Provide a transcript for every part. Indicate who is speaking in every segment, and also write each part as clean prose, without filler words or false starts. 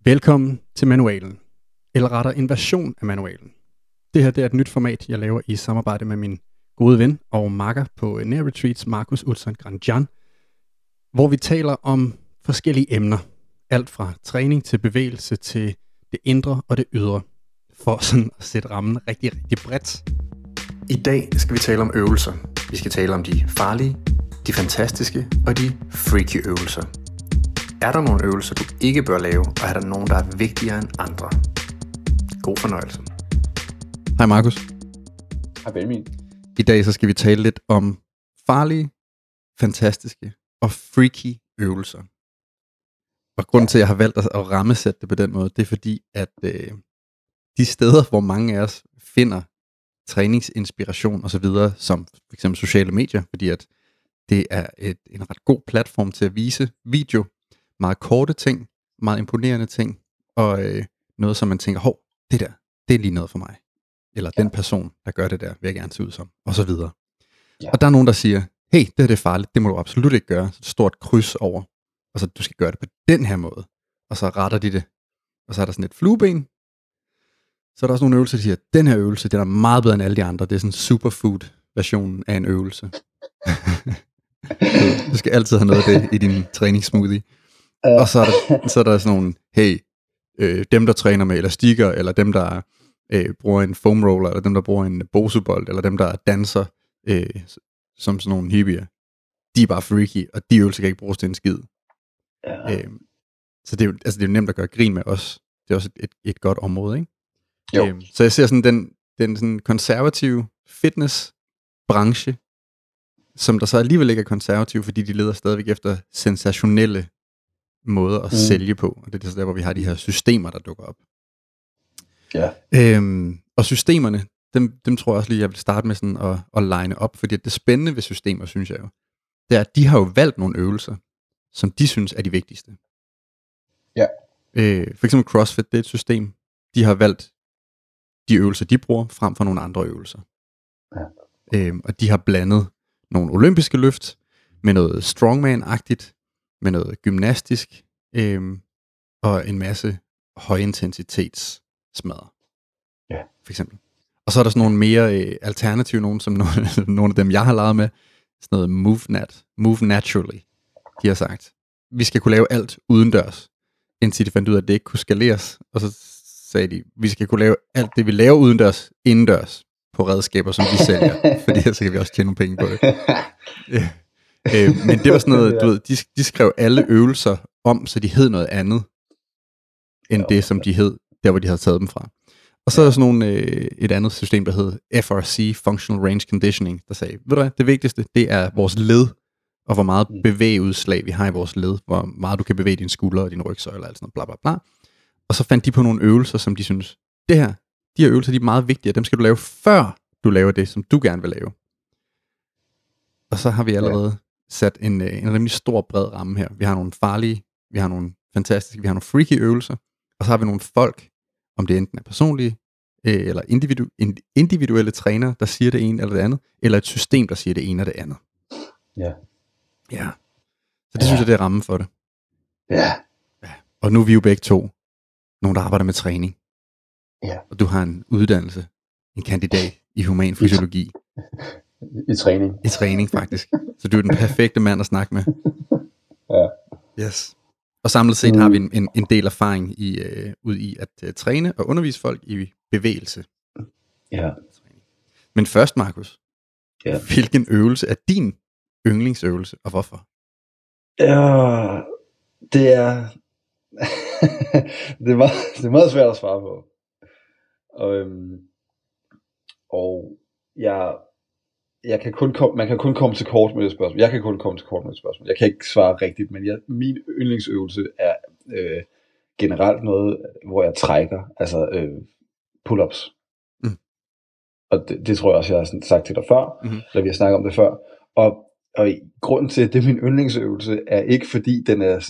Speaker 1: Velkommen til manualen, eller rettere en version af manualen. Det her er et nyt format, jeg laver i samarbejde med min gode ven og makker på Nær Retreats, Markus Utzon Grandjean, hvor vi taler om forskellige emner. Alt fra træning til bevægelse til det indre og det ydre, for sådan at sætte rammen rigtig, rigtig bredt. I dag skal vi tale om øvelser. Vi skal tale om de farlige, de fantastiske og de freaky øvelser. Er der nogle øvelser, du ikke bør lave, og er der nogen, der er vigtigere end andre? God fornøjelse. Hej Markus.
Speaker 2: Hej Benjamin.
Speaker 1: I dag så skal vi tale lidt om farlige, fantastiske og freaky øvelser. Og grunden til, at jeg har valgt at rammesætte det på den måde, det er fordi, at de steder, hvor mange af os finder træningsinspiration og så videre, som f.eks. sociale medier, fordi at det er en ret god platform til at vise video, meget korte ting, meget imponerende ting, og noget, som man tænker, det er lige noget for mig. Eller den person, der gør det der, vil jeg gerne se ud som, og så videre. Ja. Og der er nogen, der siger, hey, det er farligt, det må du absolut ikke gøre. Så et stort kryds over, og så du skal gøre det på den her måde. Og så retter de det. Og så er der sådan et flueben. Så er der også nogle øvelser, der siger, den her øvelse, den er meget bedre end alle de andre. Det er sådan en superfood-version af en øvelse. Du skal altid have noget af det i din træningssmoothie. Og så er der sådan nogle, hey, dem der træner med elastikker, eller dem der bruger en foam roller, eller dem der bruger en bosebold, eller dem der danser som sådan nogle hippier, de er bare freaky, og de øvelser kan ikke bruges til en skid. Ja. Så det er jo nemt at gøre grin med os. Det er også et godt område, ikke? Så jeg ser sådan den sådan konservative fitnessbranche, som der så alligevel ikke er konservativ, fordi de leder stadigvæk efter sensationelle måder at sælge på. Og det er så der, hvor vi har de her systemer, der dukker op.
Speaker 2: Ja.
Speaker 1: Og systemerne, dem tror jeg også lige, jeg vil starte med sådan at line op, fordi det spændende ved systemer, synes jeg jo, det er, at de har jo valgt nogle øvelser, som de synes er de vigtigste.
Speaker 2: Ja.
Speaker 1: For eksempel CrossFit, det er et system, de har valgt de øvelser, de bruger, frem for nogle andre øvelser. Ja. Og de har blandet nogle olympiske løft med noget strongman-agtigt, med noget gymnastisk, og en masse højintensitets smadre.
Speaker 2: Ja.
Speaker 1: For eksempel. Og så er der sådan nogle mere alternative, nogle som nogle af dem, jeg har lavet med, sådan noget move naturally. De har sagt, vi skal kunne lave alt udendørs, indtil de fandt ud af, at det ikke kunne skaleres. Og så sagde de, vi skal kunne lave alt det, vi laver udendørs, indendørs, på redskaber, som vi sælger. Fordi så kan vi også tjene nogle penge på det. Men det var sådan noget, du ved, de skrev alle øvelser om, så de hed noget andet, end det, som de hed, der hvor de havde taget dem fra. Og så er der sådan et andet system, der hed FRC, Functional Range Conditioning, der sagde, ved du hvad, det vigtigste, det er vores led, og hvor meget bevægeudslag vi har i vores led, hvor meget du kan bevæge dine skuldre og din rygsøjle og alt sådan noget, bla bla bla. Og så fandt de på nogle øvelser, som de synes, de her øvelser, de er meget vigtige, og dem skal du lave, før du laver det, som du gerne vil lave. Og så har vi allerede sat en rimelig stor, bred ramme her. Vi har nogle farlige, vi har nogle fantastiske, vi har nogle freaky øvelser, og så har vi nogle folk, om det enten er personlige, eller individuelle trænere, der siger det ene eller det andet, eller et system, der siger det ene eller det andet.
Speaker 2: Ja.
Speaker 1: Ja. Så det synes jeg, det er rammen for det.
Speaker 2: Ja.
Speaker 1: Og nu er vi jo begge to nogen, der arbejder med træning.
Speaker 2: Ja.
Speaker 1: Og du har en uddannelse, en kandidat i human fysiologi.
Speaker 2: I træning.
Speaker 1: I træning, faktisk. Så du er den perfekte mand at snakke med.
Speaker 2: Ja.
Speaker 1: Yes. Og samlet set har vi en del erfaring ud i at træne og undervise folk i bevægelse.
Speaker 2: Ja.
Speaker 1: Men først, Markus, hvilken øvelse er din yndlingsøvelse, og hvorfor?
Speaker 2: Ja, det er det er meget svært at svare på. Og man kan kun komme til kort med det spørgsmål. Jeg kan kun komme til kort med det spørgsmål. Jeg kan ikke svare rigtigt, men min yndlingsøvelse er generelt noget, hvor jeg trækker, altså pull-ups. Og det tror jeg også, jeg har sagt til dig før, eller vi har snakket om det før. Og grunden til, at det er min yndlingsøvelse, er ikke fordi den er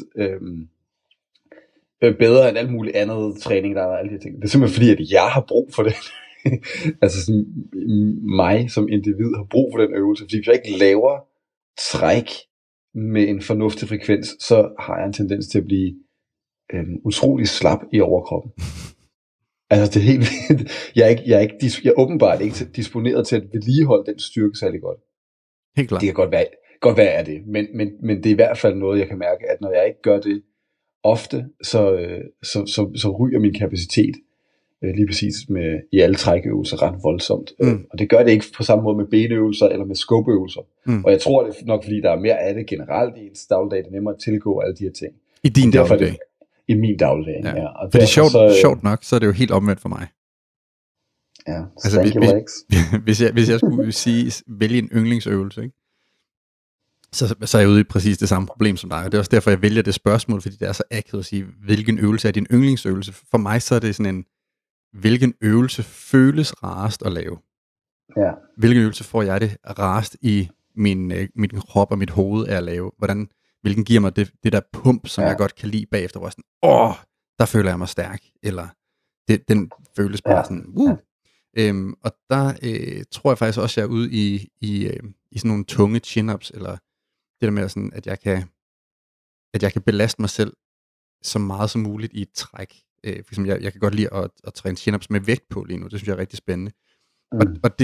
Speaker 2: bedre end alt muligt andet træning, der er alle de ting. Det er simpelthen fordi, at jeg har brug for det. Altså sådan, mig som individ har brug for den øvelse. Fordi hvis jeg ikke laver træk med en fornuftig frekvens, så har jeg en tendens til at blive utrolig slap i overkroppen. Altså det er helt vildt. Jeg er åbenbart ikke disponeret til at vedligeholde den styrke særlig godt.
Speaker 1: Helt klart.
Speaker 2: Det kan godt være af det, men det er i hvert fald noget, jeg kan mærke, at når jeg ikke gør det ofte, så ryger min kapacitet lige præcis i alle trækøvelser ret voldsomt. Og det gør det ikke på samme måde med benøvelser eller med scopeøvelser. Og jeg tror, det er nok fordi, der er mere af det generelt i ens dagligdag. Det er nemmere at tilgå alle de her ting.
Speaker 1: I din dagligdag?
Speaker 2: I min dagligdag, ja.
Speaker 1: Og for det er sjovt nok, så er det jo helt omvendt for mig.
Speaker 2: Ja,
Speaker 1: hvis jeg skulle vælge en yndlingsøvelse, ikke? Så er jeg ude i præcis det samme problem som dig, og det er også derfor, jeg vælger det spørgsmål, fordi det er så akavet at sige, hvilken øvelse er din yndlingsøvelse? For mig så er det sådan en, hvilken øvelse føles rarest at lave?
Speaker 2: Ja.
Speaker 1: Hvilken øvelse får jeg det rarest i min krop og mit hoved af at lave? Hvilken giver mig det der pump, som jeg godt kan lide bagefter, hvor jeg sådan, der føler jeg mig stærk, eller den føles bare sådan, og der tror jeg faktisk også, jeg er ude i sådan nogle tunge chin-ups, eller det der med sådan, at jeg kan belaste mig selv så meget som muligt i et træk. For eksempel, jeg kan godt lide at træne chin-ups med vægt på lige nu. Det synes jeg er rigtig spændende. Og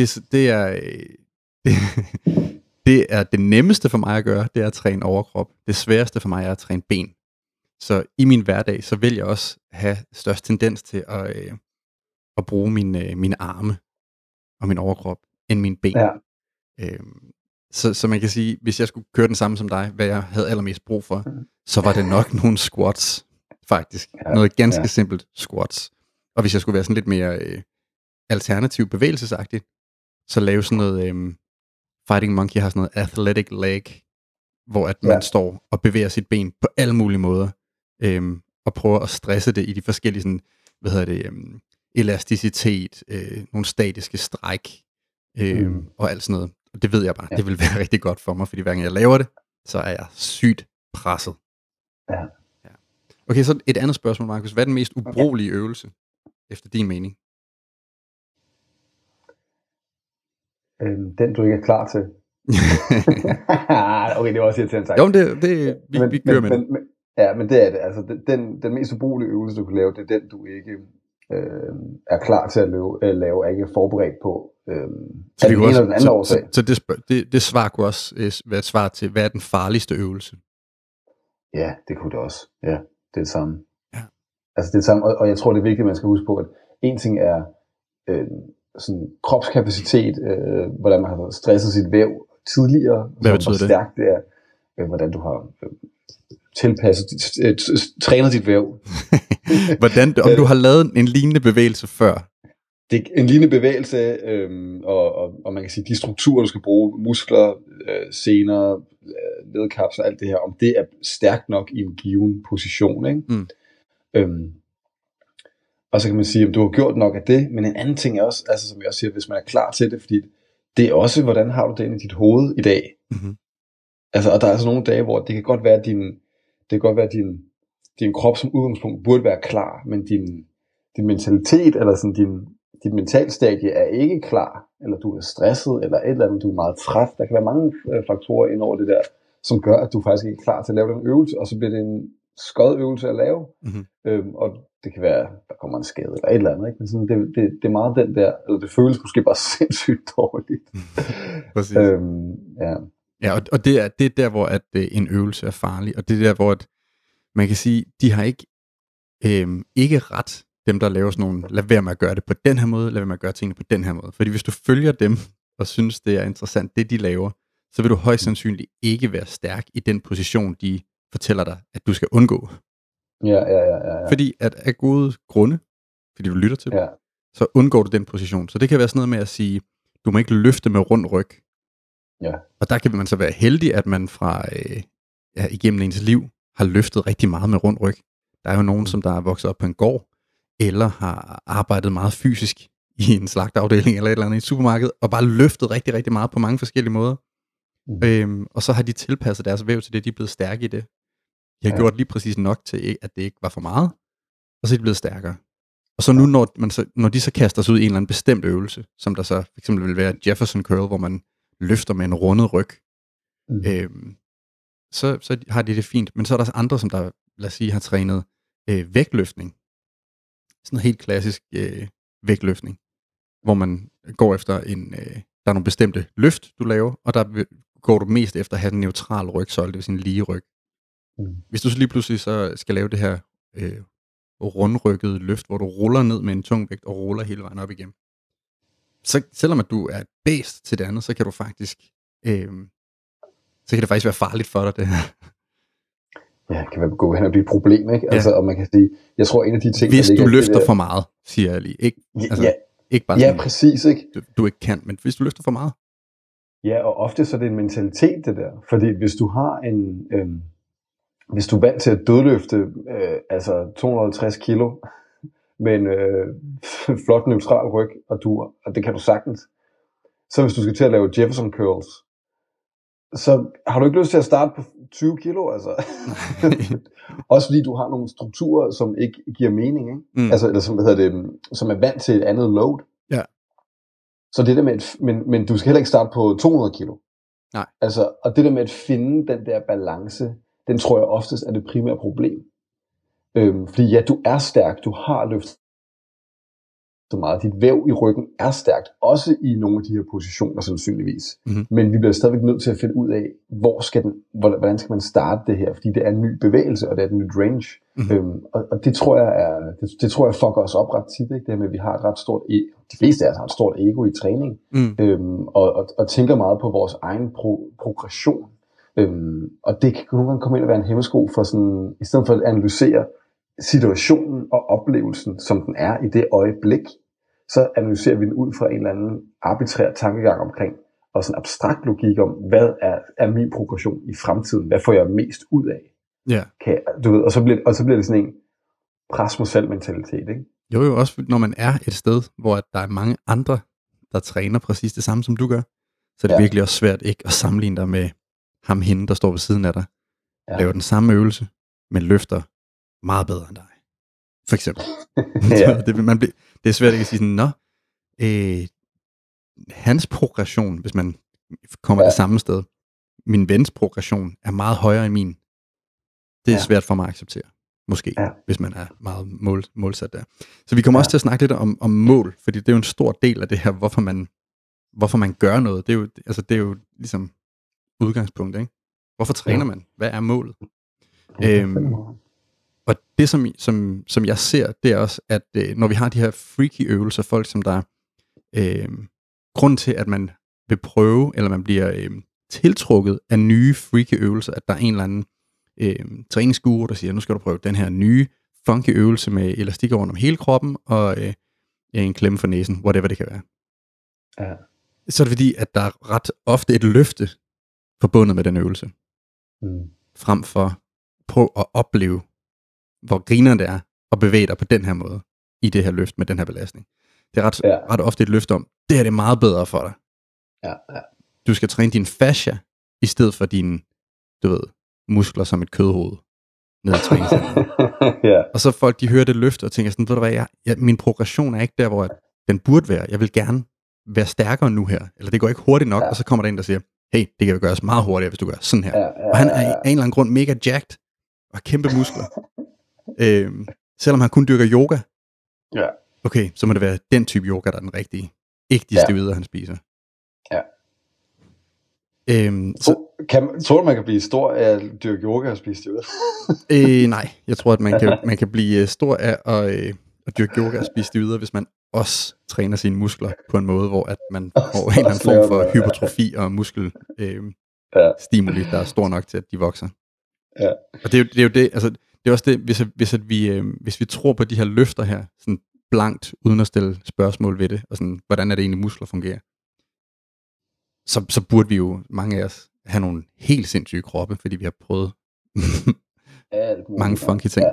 Speaker 1: det er det nemmeste for mig at gøre, det er at træne overkrop. Det sværeste for mig er at træne ben. Så i min hverdag, så vil jeg også have størst tendens til at bruge mine arme og min overkrop end mine ben.
Speaker 2: Ja.
Speaker 1: Så man kan sige, hvis jeg skulle køre den samme som dig, hvad jeg havde allermest brug for, så var det nok nogle squats, faktisk. Noget ganske simpelt squats. Og hvis jeg skulle være sådan lidt mere alternativ bevægelsesagtigt, så lave sådan noget, Fighting Monkey har sådan noget athletic leg, hvor at man står og bevæger sit ben på alle mulige måder, og prøver at stresse det i de forskellige sådan, elasticitet, nogle statiske stræk, og alt sådan noget. Og det ved jeg bare, det vil være rigtig godt for mig, fordi hver gang jeg laver det, så er jeg sygt presset.
Speaker 2: Ja.
Speaker 1: Okay, så et andet spørgsmål, Markus. Hvad er den mest ubrugelige øvelse, efter din mening?
Speaker 2: Den du ikke er klar til. Okay, det var også irriterende sagt.
Speaker 1: Jo, vi kører med det.
Speaker 2: Men det er det. Altså, den mest ubrugelige øvelse, du kan lave, det er den, du ikke er klar til at lave, er ikke forberedt på. Så det også, den anden årsag.
Speaker 1: Så det svar kunne også være et svar til, hvad er den farligste øvelse?
Speaker 2: Ja, det kunne det også. Ja, det er det samme.
Speaker 1: Ja.
Speaker 2: Altså det er det samme, og jeg tror, det er vigtigt, at man skal huske på, at en ting er sådan kropskapacitet, hvordan man har stresset sit væv tidligere.
Speaker 1: Hvad betyder det?
Speaker 2: Stærkt det er, hvordan du har tilpasset, trænet dit væv.
Speaker 1: Om du har lavet en lignende bevægelse før?
Speaker 2: Det er en lignende bevægelse, og man kan sige, de strukturer, du skal bruge, muskler, sener, ledkapsler, alt det her, om det er stærkt nok i en given position, ikke? Og så kan man sige, om du har gjort nok af det, men en anden ting er også, altså som jeg også siger, hvis man er klar til det, fordi det er også, hvordan har du det inde i dit hoved i dag? Altså, og der er altså nogle dage, hvor det kan godt være, din krop som udgangspunkt burde være klar, men din mentalitet, eller sådan dit mentalstadie er ikke klar, eller du er stresset, eller et eller andet, du er meget træt. Der kan være mange faktorer ind over det der, som gør, at du faktisk ikke er klar til at lave den øvelse, og så bliver det en skød øvelse at lave. Og det kan være, der kommer en skade, eller et eller andet, ikke? Men sådan, det er meget den der, eller det føles måske bare sindssygt dårligt.
Speaker 1: Præcis. Ja, og det er der, hvor at en øvelse er farlig, og det er der, hvor at, man kan sige, de har ikke ret, dem der laver sådan nogle, lad være med at gøre det på den her måde, lad være med at gøre tingene på den her måde. Fordi hvis du følger dem, og synes det er interessant, det de laver, så vil du højst sandsynligt ikke være stærk i den position, de fortæller dig, at du skal undgå.
Speaker 2: Ja.
Speaker 1: Fordi at af gode grunde, fordi du lytter til dem, så undgår du den position. Så det kan være sådan noget med at sige, du må ikke løfte med rund ryg.
Speaker 2: Ja.
Speaker 1: Og der kan man så være heldig, at man fra igennem ens liv har løftet rigtig meget med rund ryg. Der er jo nogen, som der er vokset op på en gård, eller har arbejdet meget fysisk i en slagteafdeling eller et eller andet i et supermarked, og bare løftet rigtig, rigtig meget på mange forskellige måder. Og så har de tilpasset deres væv til det, de er blevet stærke i det. De har gjort lige præcis nok til, at det ikke var for meget, og så er de blevet stærkere. Og så nu, når de så kaster sig ud i en eller anden bestemt øvelse, som der så for eksempel vil være Jefferson curl, hvor man løfter med en rundet ryg, så har de det fint. Men så er der også andre, som der, lad os sige, har trænet vægtløftning. Sådan noget helt klassisk vægtløftning, hvor man går efter der er nogle bestemte løft, du laver, og der går du mest efter at have en neutral rygsøjle, det vil sige en lige ryg. Hvis du så lige pludselig så skal lave det her rundrykkede løft, hvor du ruller ned med en tung vægt og ruller hele vejen op igen, så selvom at du er et bæst til det andet, så kan du faktisk så kan det faktisk være farligt for dig, det her.
Speaker 2: Ja, det kan gå hen og blive et problem, ikke? Ja. Altså, og man kan sige, jeg tror en af de ting,
Speaker 1: hvis du løfter for meget, siger jeg lige, ikke? Altså, ikke bare sådan,
Speaker 2: præcis, ikke?
Speaker 1: Du ikke kan, men hvis du løfter for meget.
Speaker 2: Ja, og ofte så er det en mentalitet, det der. Fordi hvis du har hvis du er vant til at dødløfte altså 250 kilo med en flot neutral ryg, og det kan du sagtens. Så hvis du skal til at lave Jefferson curls, så har du ikke lyst til at starte på 20 kilo, altså. Også fordi du har nogle strukturer, som ikke giver mening, ikke? Altså, eller som er vant til et andet load.
Speaker 1: Ja.
Speaker 2: Så det der med, men du skal heller ikke starte på 200 kilo.
Speaker 1: Nej.
Speaker 2: Altså, og det der med at finde den der balance, den tror jeg oftest er det primære problem. Fordi ja, du er stærk, du har løftet så meget. Dit væv i ryggen er stærkt, også i nogle af de her positioner sandsynligvis. Men vi bliver stadigvæk nødt til at finde ud af, hvordan skal man starte det her, fordi det er en ny bevægelse, og det er et nyt range. Og det tror jeg fucker os op ret tit, ikke? Det med, at vi har et ret stort, de fleste af os har et stort ego i træning, og tænker meget på vores egen progression. Og det kan nogle gange komme ind og være en hæmmesko for sådan, i stedet for at analysere situationen og oplevelsen, som den er i det øjeblik, så analyserer vi den ud fra en eller anden arbitrær tankegang omkring, og sådan abstrakt logik om, hvad er min progression i fremtiden? Hvad får jeg mest ud af?
Speaker 1: Ja.
Speaker 2: Du ved, og så bliver det sådan en pres mod selv mentalitet, ikke?
Speaker 1: Jo, også når man er et sted, hvor der er mange andre, der træner præcis det samme, som du gør, så er det virkelig også svært ikke at sammenligne dig med hende, der står ved siden af dig. Laver den samme øvelse, men løfter meget bedre end dig. For eksempel. Det er svært ikke at sige sådan, hans progression, hvis man kommer det samme sted, min vens progression er meget højere end min. Det er svært for mig at acceptere. Måske, hvis man er meget målsat der. Så vi kommer også til at snakke lidt om mål, fordi det er jo en stor del af det her, hvorfor man gør noget. Det er jo ligesom udgangspunkt, ikke? Hvorfor træner man? Hvad er målet? Og det, som jeg ser, det er også, at når vi har de her freaky øvelser, folk som der grund til, at man vil prøve, eller man bliver tiltrukket af nye freaky øvelser, at der er en eller anden træningsguru, der siger, nu skal du prøve den her nye funky øvelse med elastik rundt om hele kroppen, og en klemme for næsen, whatever det kan være. Ja. Så er det fordi, at der er ret ofte et løfte forbundet med den øvelse. Frem for prøv at opleve, hvor griner det er at bevæge dig på den her måde i det her løft med den her belastning. Det er ret ofte et løfte om, det her er meget bedre for dig. Du skal træne din fascia i stedet for dine, muskler som et kødhoved ned i træningscenteret. Og så folk, de hører det løfte og tænker sådan, ved du hvad, min progression er ikke der, hvor den burde være. Jeg vil gerne være stærkere nu her. Eller det går ikke hurtigt nok, og så kommer der en, der siger, hey, det kan gøres meget hurtigere, hvis du gør sådan her. Og han er af en eller anden grund mega jacked og har kæmpe muskler. Selvom han kun dyrker yoga. Okay, så må det være den type yoga, der er den rigtige. Ikke de steroider, han spiser.
Speaker 2: Tror du, man kan blive stor af at dyrke yoga og spise steroider?
Speaker 1: Nej, jeg tror, at man kan blive stor af at dyrke yoga og spise steroider, hvis man også træner sine muskler på en måde, hvor at man får en eller anden form for hypertrofi og muskelstimuli, der er stor nok til, at de vokser. Og det er jo det, altså det er også det, hvis vi tror på de her løfter her, sådan blankt, uden at stille spørgsmål ved det, og sådan, hvordan er det egentlig muskler fungerer, så burde vi jo, mange af os, have nogle helt sindssyge kroppe, fordi vi har prøvet mange funky ting.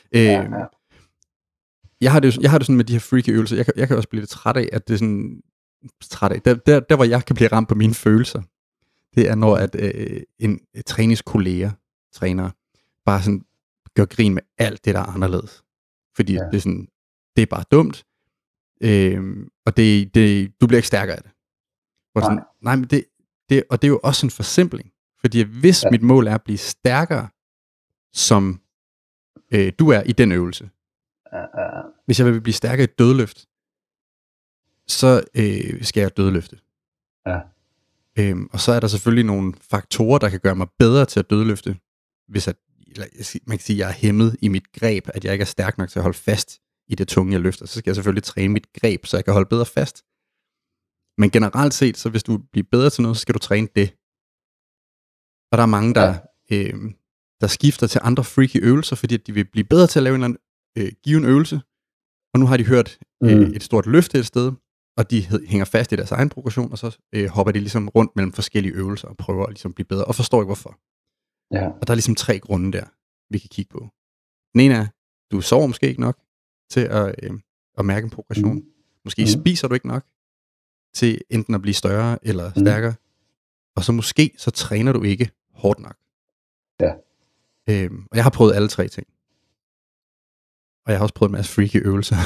Speaker 1: Jeg har det sådan med de her freaky øvelser, jeg kan også blive lidt træt af, at det er sådan, der hvor jeg kan blive ramt på mine følelser, det er når at en træner bare sådan gør grin med alt det, der er anderledes. Fordi det er sådan, det er bare dumt, og du bliver ikke stærkere af det. Sådan, nej, men og det er jo også en forsimpling. Fordi hvis mit mål er at blive stærkere som du er i den øvelse. Hvis jeg vil blive stærkere i dødløft, så skal jeg dødløfte.
Speaker 2: Ja.
Speaker 1: Og så er der selvfølgelig nogle faktorer, der kan gøre mig bedre til at dødløfte, hvis man kan sige, at jeg er hæmmet i mit greb, at jeg ikke er stærk nok til at holde fast i det tunge, jeg løfter. Så skal jeg selvfølgelig træne mit greb, så jeg kan holde bedre fast. Men generelt set, så hvis du bliver bedre til noget, så skal du træne det. Og der er mange, der skifter til andre freaky øvelser, fordi de vil blive bedre til at lave en eller anden given øvelse. Og nu har de hørt et stort løfte et sted, og de hænger fast i deres egen progression, og så hopper de ligesom rundt mellem forskellige øvelser og prøver at ligesom blive bedre, og forstår ikke hvorfor.
Speaker 2: Ja.
Speaker 1: Og der er ligesom 3 grunde der, vi kan kigge på. Den ene er, du sover måske ikke nok til at mærke en progression. Måske spiser du ikke nok til enten at blive større eller stærkere. Og så måske så træner du ikke hårdt nok.
Speaker 2: Ja.
Speaker 1: Og jeg har prøvet alle 3 ting. Og jeg har også prøvet en masse freaky øvelser.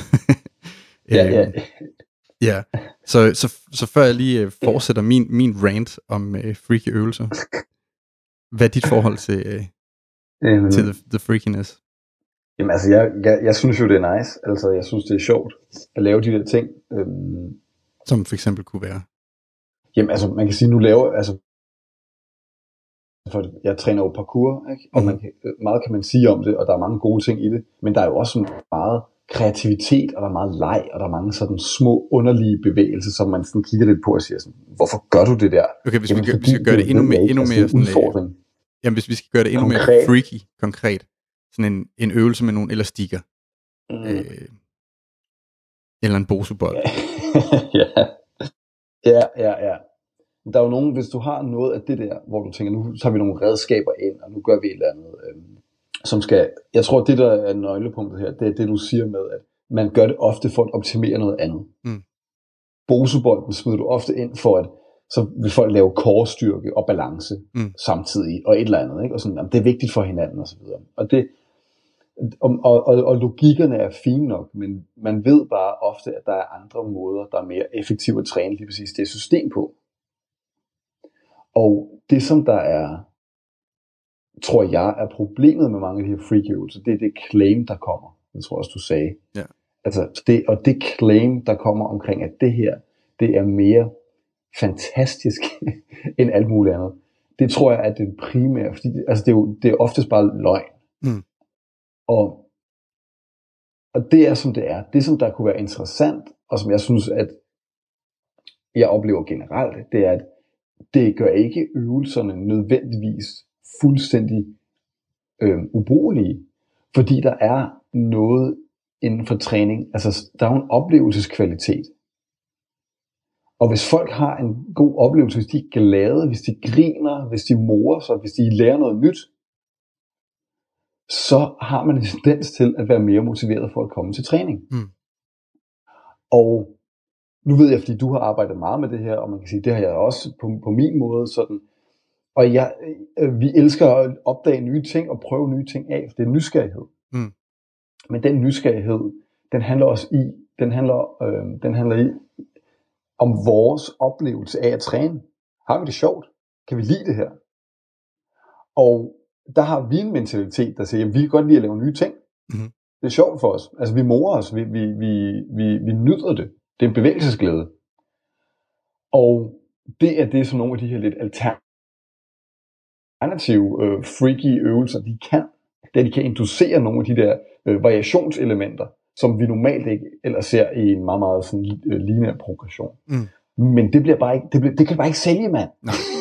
Speaker 1: Ja. Så før jeg lige fortsætter min rant om freaky øvelser. Hvad er dit forhold til the freakiness?
Speaker 2: Jamen altså, jeg synes jo, det er nice. Altså, jeg synes, det er sjovt at lave de der ting.
Speaker 1: Som for eksempel kunne være?
Speaker 2: Jamen altså, man kan sige, nu laver... Altså, for jeg træner jo parkour, ikke? Og meget kan man sige om det, og der er mange gode ting i det. Men der er jo også meget kreativitet, og der er meget leg, og der er mange sådan små, underlige bevægelser, som man sådan kigger lidt på og siger sådan, hvorfor gør du det der?
Speaker 1: Okay, hvis vi skal gøre det endnu mere sådan,
Speaker 2: udfordring.
Speaker 1: Jamen, hvis vi skal gøre det endnu mere freaky, konkret, sådan en øvelse med nogle elastikker, eller en bosubold.
Speaker 2: Ja. Der er jo nogen, hvis du har noget af det der, hvor du tænker, nu tager vi nogle redskaber ind, og nu gør vi et eller andet, som skal, jeg tror, det der er nøglepunktet her, det er det, du siger med, at man gør det ofte for at optimere noget andet. Bosubolden smider du ofte ind for, at så vil folk lave core-styrke og balance samtidig, og et eller andet, ikke? Og sådan, jamen, det er vigtigt for hinanden, og så videre. Og det, og logikkerne er fine nok, men man ved bare ofte, at der er andre måder, der er mere effektive at træne lige præcis det system på. Og det, som der er, tror jeg, er problemet med mange af de her freak-øvelser, det er det claim, der kommer. Det tror jeg også, du sagde.
Speaker 1: Ja.
Speaker 2: Altså, det claim, der kommer omkring, at det her, det er mere fantastisk end alt muligt andet. Det tror jeg er det primære, fordi det er oftest bare løgn. Og det er, som det er. Det, som der kunne være interessant, og som jeg synes, at jeg oplever generelt, det er, at det gør ikke øvelserne nødvendigvis fuldstændig ubrugelige, fordi der er noget inden for træning, altså der er jo en oplevelseskvalitet. Og hvis folk har en god oplevelse, hvis de er glade, hvis de griner, hvis de morer sig, hvis de lærer noget nyt, så har man en tendens til at være mere motiveret for at komme til træning. Og nu ved jeg, fordi du har arbejdet meget med det her, og man kan sige, det har jeg også på min måde sådan. Og vi elsker at opdage nye ting og prøve nye ting af, for det er nysgerrighed. Men den nysgerrighed, den handler om vores oplevelse af at træne. Har vi det sjovt? Kan vi lide det her? Og der har vi en mentalitet, der siger, at vi kan godt lide at lave nye ting. Det er sjovt for os. Altså vi morer os, vi nyder det. Det er en bevægelsesglæde. Og det er det, som nogle af de her lidt alternative freaky øvelser, de kan. Det de kan inducere nogle af de der variationselementer, som vi normalt ikke ellers ser i en meget, meget sådan, lineær progression. Men det kan bare ikke sælge, mand.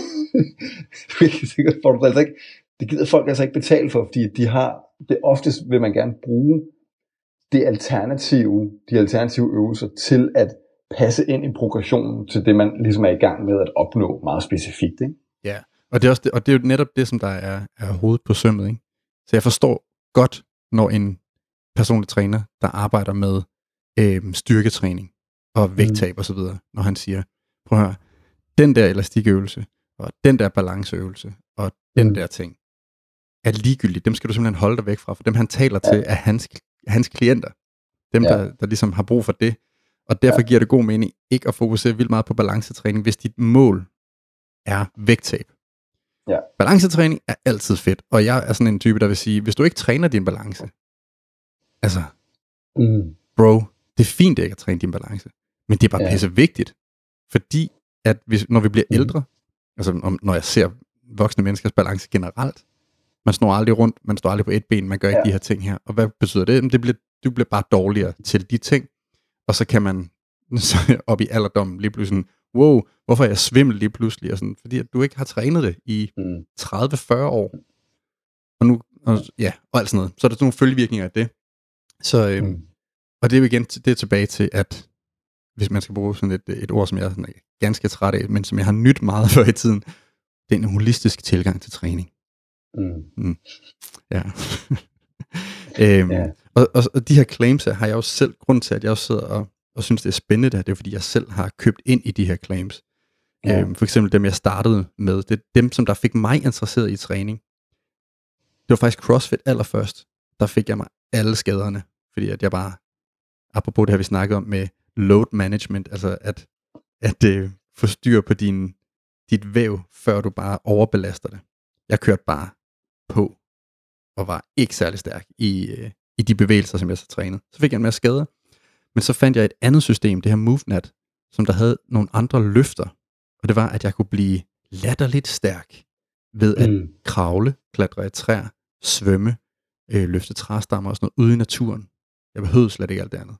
Speaker 2: Det gider folk altså ikke betale for, fordi de har det oftest vil man gerne bruge de alternative øvelser til at passe ind i progressionen til det, man ligesom er i gang med at opnå meget specifikt. Ikke?
Speaker 1: Ja, og det er, også og det er jo netop det, som der er hovedet på sømmet. Ikke? Så jeg forstår godt, når en personlig træner, der arbejder med styrketræning og vægttab og så videre, når han siger, prøv at høre, den der elastikøvelse, og den der balanceøvelse, og den der ting, er ligegyldigt. Dem skal du simpelthen holde dig væk fra, for dem han taler til er hans klienter. Dem, der ligesom har brug for det. Og derfor giver det god mening ikke at fokusere vildt meget på balancetræning, hvis dit mål er vægttab. Ja. Balancetræning er altid fedt, og jeg er sådan en type, der vil sige, hvis du ikke træner din balance, Altså, bro, det er fint ikke at træne din balance, men det er bare pisse vigtigt, fordi at når vi bliver ældre, altså når jeg ser voksne menneskers balance generelt, man snor aldrig rundt, man står aldrig på et ben, man gør ikke de her ting her, og hvad betyder det? Du bliver bare dårligere til de ting, og så kan man så op i alderdommen lige pludselig sådan, wow, hvorfor er jeg svimmel lige pludselig, og sådan, fordi at du ikke har trænet det i 30-40 år, og alt sådan noget. Så er der sådan nogle følgevirkninger af det. Så, og det er jo igen, det er tilbage til, at hvis man skal bruge sådan et ord, som jeg er ganske træt af, men som jeg har nydt meget før i tiden, det er en holistisk tilgang til træning. Ja. Og de her claims her, har jeg jo selv, grund til, at jeg også sidder og synes, det er spændende, det er fordi, jeg selv har købt ind i de her claims. For eksempel dem, jeg startede med, det er dem, som der fik mig interesseret i træning. Det var faktisk CrossFit allerførst. Der fik jeg mig alle skaderne, fordi at jeg bare, apropos det her, vi snakkede om med load management, altså at få styr på dit væv, før du bare overbelaster det. Jeg kørte bare på, og var ikke særlig stærk i de bevægelser, som jeg så trænede. Så fik jeg en masse skader, men så fandt jeg et andet system, det her MoveNat, som der havde nogle andre løfter, og det var, at jeg kunne blive latterligt stærk ved at kravle, klatre i træer, svømme, løfte træstammer og sådan noget ude i naturen. Jeg behøvede slet ikke alt det andet.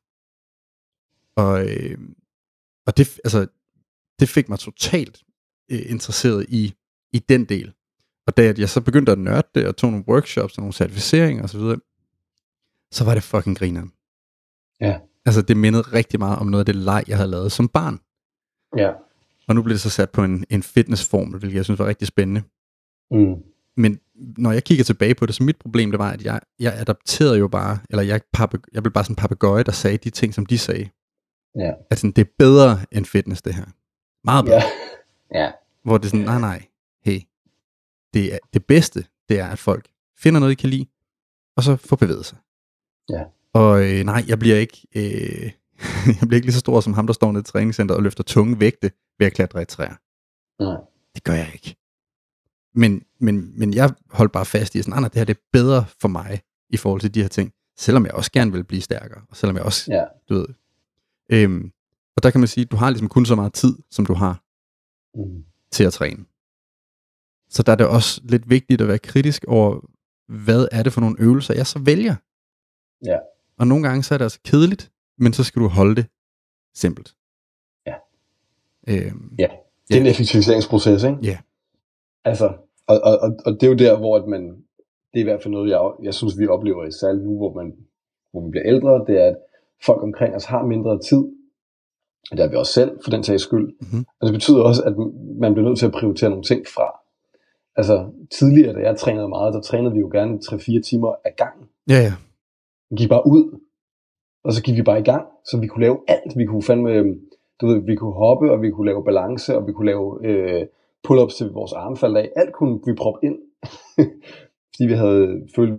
Speaker 1: Og det fik mig totalt interesseret i den del. Og da jeg så begyndte at nørde det, og tog nogle workshops og nogle certificeringer og så videre, så var det fucking grineren.
Speaker 2: Ja.
Speaker 1: Altså det mindede rigtig meget om noget af det leg, jeg havde lavet som barn.
Speaker 2: Ja.
Speaker 1: Og nu blev det så sat på en fitnessformel, hvilket jeg synes var rigtig spændende. Men når jeg kigger tilbage på det, så mit problem det var, at jeg adapterede jo bare, eller jeg blev bare sådan en papegøje, der sagde de ting, som de sagde.
Speaker 2: Ja.
Speaker 1: Altså det er bedre end fitness det her. Meget bedre.
Speaker 2: Ja.
Speaker 1: Hvor det er sådan, nej, hey, det bedste, det er, at folk finder noget, de kan lide, og så får bevæget sig.
Speaker 2: Ja.
Speaker 1: Og nej, jeg bliver ikke lige så stor som ham, der står nede i træningscenteret og løfter tunge vægte ved at klatre i træer.
Speaker 2: Nej.
Speaker 1: Det gør jeg ikke. Men jeg holdt bare fast i, sådan, det her det er bedre for mig i forhold til de her ting, selvom jeg også gerne vil blive stærkere, og selvom jeg også, du ved. Og der kan man sige, at du har ligesom kun så meget tid, som du har til at træne. Så der er det også lidt vigtigt at være kritisk over, hvad er det for nogle øvelser, jeg så vælger.
Speaker 2: Ja.
Speaker 1: Og nogle gange så er det altså kedeligt, men så skal du holde det simpelt.
Speaker 2: Ja. Ja, det er en effektiviseringsproces, ikke?
Speaker 1: Ja.
Speaker 2: Altså, og det er jo der, hvor at man, det er i hvert fald noget, jeg synes, vi oplever i særligt nu, hvor vi bliver ældre, det er, at folk omkring os har mindre tid, og det er vi også selv, for den sags skyld. Og det betyder også, at man bliver nødt til at prioritere nogle ting fra. Altså, tidligere, da jeg trænede meget, der trænede vi jo gerne 3-4 timer ad gangen.
Speaker 1: Ja.
Speaker 2: Vi gik bare ud, og så gik vi bare i gang, så vi kunne lave alt. Vi kunne vi kunne hoppe, og vi kunne lave balance, og vi kunne lave pull-ups til vores armfald af. Alt kunne vi proppe ind, fordi vi havde følt,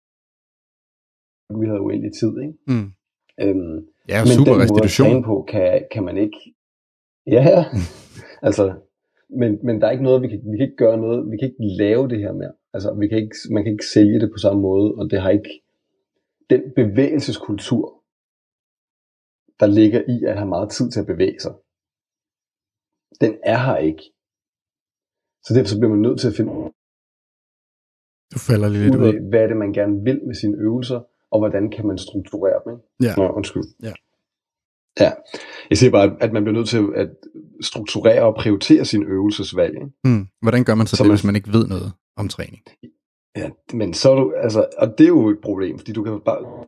Speaker 2: vi havde uendelig tid, ikke?
Speaker 1: Ja,
Speaker 2: men
Speaker 1: super
Speaker 2: den
Speaker 1: restitution.
Speaker 2: måde at træne på, kan man ikke. Ja, altså, men der er ikke noget, vi kan ikke gøre noget, vi kan ikke lave det her mere. Altså, man kan ikke sælge det på samme måde, og det har ikke den bevægelseskultur, der ligger i at have meget tid til at bevæge sig. Den er her ikke. Så derfor bliver man nødt til at finde
Speaker 1: Du falder lidt
Speaker 2: ud af, hvad er det, man gerne vil med sine øvelser, og hvordan kan man strukturere dem, ikke?
Speaker 1: Ja.
Speaker 2: Nå, undskyld.
Speaker 1: Ja.
Speaker 2: Ja. Jeg siger bare, at man bliver nødt til at strukturere og prioritere sine øvelsesvalg, ikke?
Speaker 1: Hvordan gør man så det, hvis man ikke ved noget om træning?
Speaker 2: Ja, men så er du, altså, og det er jo et problem, fordi du kan bare,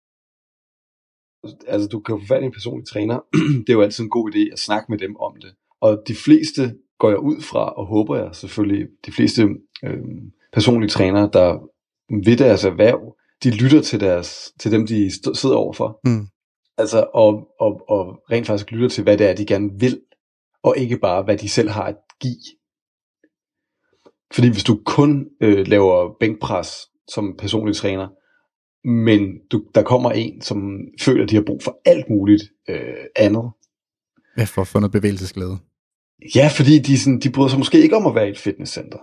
Speaker 2: altså du kan jo få fat i en personlig træner, det er jo altid en god idé at snakke med dem om det, og de fleste går jeg ud fra, og håber jeg selvfølgelig, de fleste personlige trænere, der ved deres erhverv, de lytter til dem, de sidder overfor, altså, og rent faktisk lytter til, hvad det er, de gerne vil, og ikke bare, hvad de selv har at give. Fordi hvis du kun laver bænkpres som personlig træner, men der kommer en, som føler, at de har brug for alt muligt andet.
Speaker 1: Ja, for at få noget bevægelsesglæde.
Speaker 2: Ja, fordi de bryder sig måske ikke om at være i et fitnesscenter.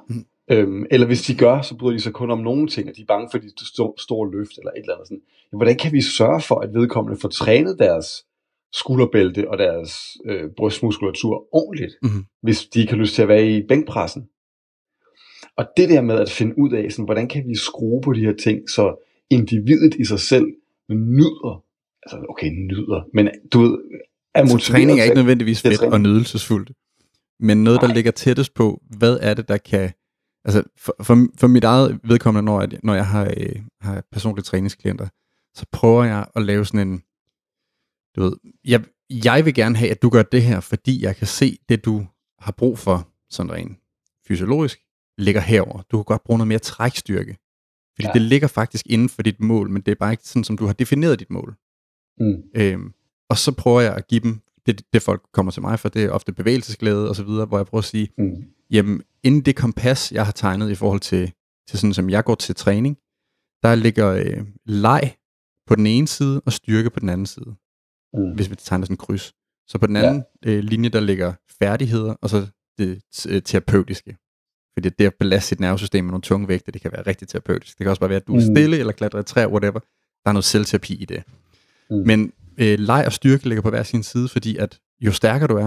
Speaker 2: Eller hvis de gør, så bryder de sig kun om nogle ting, og de er bange for de store løft eller et eller andet sådan. Men hvordan kan vi sørge for, at vedkommende får trænet deres skulderbælte og deres brystmuskulatur ordentligt, hvis de ikke har lyst til at være i bænkpressen? Og det der med at finde ud af, sådan, hvordan kan vi skrue på de her ting, så individet i sig selv nyder, altså okay, nyder, men du ved, er
Speaker 1: så træning er ikke nødvendigvis fedt og nydelsesfuldt, men noget, der ligger tættest på, hvad er det, der kan, altså for mit eget vedkommende, når jeg har personlige træningsklienter, så prøver jeg at lave sådan en, du ved, jeg vil gerne have, at du gør det her, fordi jeg kan se, det du har brug for, sådan rent fysiologisk, ligger herover. Du kan godt bruge noget mere trækstyrke, fordi det ligger faktisk inden for dit mål, men det er bare ikke sådan, som du har defineret dit mål. Og så prøver jeg at give dem, det folk kommer til mig for, det er ofte bevægelsesglæde og så videre, hvor jeg prøver at sige, jamen inden det kompas, jeg har tegnet i forhold til sådan, som jeg går til træning, der ligger leg på den ene side, og styrke på den anden side. Hvis vi tegner sådan en kryds. Så på den anden linje, der ligger færdigheder, og så det terapeutiske. Fordi det at belaste sit nervesystem med nogle tunge vægte, det kan være rigtig terapeutisk. Det kan også bare være, at du er stille, eller klatrer et træ, whatever. Der er noget selvterapi i det. Men leg og styrke ligger på hver sin side, fordi at jo stærkere du er,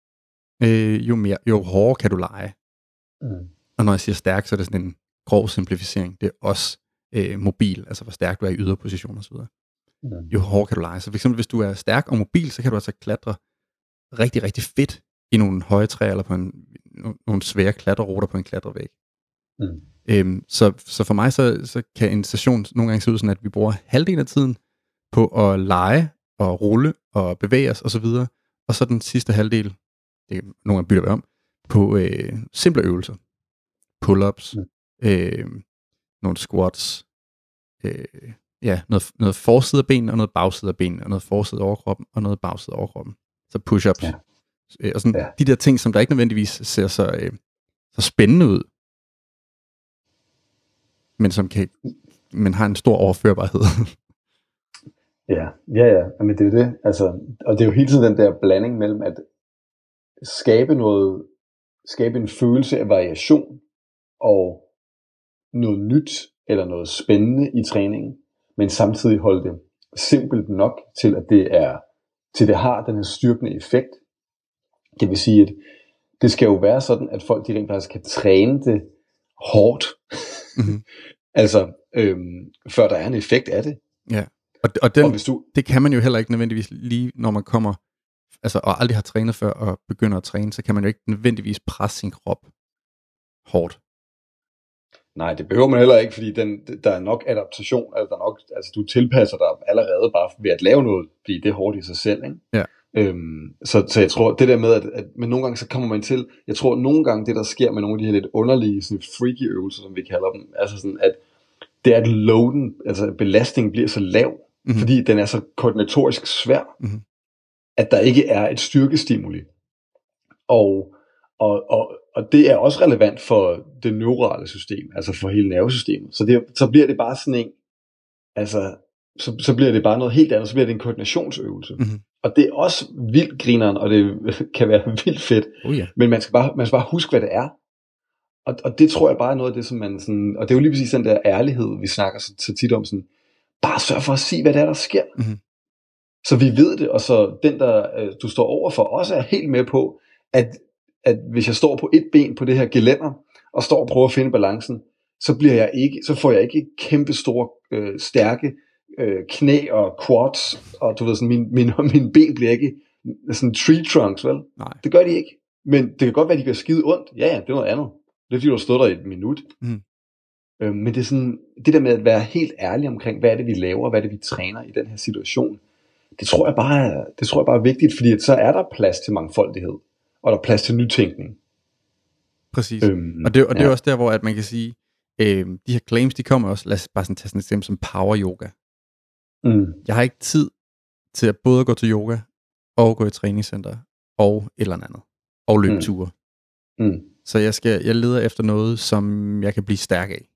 Speaker 1: jo hårdere kan du lege. Og når jeg siger stærk, så er det sådan en grov simplificering. Det er også mobil, altså hvor stærk du er i yderposition og så videre. Jo hårdere kan du lege. Så for eksempel, hvis du er stærk og mobil, så kan du altså klatre rigtig, rigtig fedt i nogle høje træer, eller på nogle svære klatreruter på en klatrevæg. Så for mig, så kan en session nogle gange se ud sådan, at vi bruger halvdelen af tiden på at lege, og rulle, og bevæge os, og så videre. Og så den sidste halvdel, det nogle gange bytter vi om, på simple øvelser. Pull-ups, nogle squats, noget forside af benene, og noget bagside af benene, og noget forside af overkroppen, og noget bagside af overkroppen. Så push-ups. Og sådan de der ting, som der ikke nødvendigvis ser så spændende ud, men har en stor overførbarhed.
Speaker 2: Ja, men det er det, altså, og det er jo hele tiden den der blanding mellem at skabe en følelse af variation og noget nyt eller noget spændende i træningen, men samtidig holde det simpelt nok til at det har den her styrkende effekt. Det vil sige, at det skal jo være sådan, at folk de rent faktisk kan træne det hårdt, altså før der er en effekt af det.
Speaker 1: Ja. Og det kan man jo heller ikke nødvendigvis lige, når man kommer, altså og aldrig har trænet før og begynder at træne, så kan man jo ikke nødvendigvis presse sin krop hårdt.
Speaker 2: Nej, det behøver man heller ikke, fordi der er nok adaptation, altså du tilpasser dig allerede bare ved at lave noget, fordi det er hårdt i sig selv, ikke?
Speaker 1: Ja.
Speaker 2: Så jeg tror, det der med, men nogle gange så kommer man til, jeg tror nogle gange det der sker med nogle af de her lidt underlige, sådan freaky øvelser, som vi kalder dem, altså sådan, at det er, at loaden, altså belastningen bliver så lav, fordi den er så koordinatorisk svær, at der ikke er et styrkestimuli. Og det er også relevant for det neurale system, altså for hele nervesystemet. Så bliver det bare sådan en, altså, så bliver det bare noget helt andet, så bliver det en koordinationsøvelse. Og det er også vildt grineren, og det kan være vildt fedt, men man skal bare huske, hvad det er. Og det tror jeg bare er noget af det, som man sådan, og det er jo lige præcis den der ærlighed, vi snakker så tit om, sådan, bare sørg for at sige, hvad det er, der sker. Så vi ved det, og så den, der du står overfor, også er helt med på, at hvis jeg står på et ben på det her gelænder, og står og prøver at finde balancen, så får jeg ikke kæmpe store, stærke knæ og quads, og du ved sådan, mine ben bliver ikke sådan tree trunks, vel?
Speaker 1: Nej.
Speaker 2: Det gør de ikke. Men det kan godt være, at de gør skide ondt. Ja, det er noget andet. Det er fordi, du har stået der i et minut. Men det er sådan, det der med at være helt ærlig omkring, hvad er det, vi laver, hvad er det, vi træner i den her situation, det tror jeg bare er vigtigt, fordi at så er der plads til mangfoldighed, og der er plads til nytænkning.
Speaker 1: Præcis. Og det er også der, hvor at man kan sige, de her claims, de kommer også, lad os bare sådan tage sådan et eksempel som power yoga. Jeg har ikke tid til at både gå til yoga, og gå i træningscenter, og et eller andet, og løbe ture. Så jeg leder efter noget, som jeg kan blive stærk af.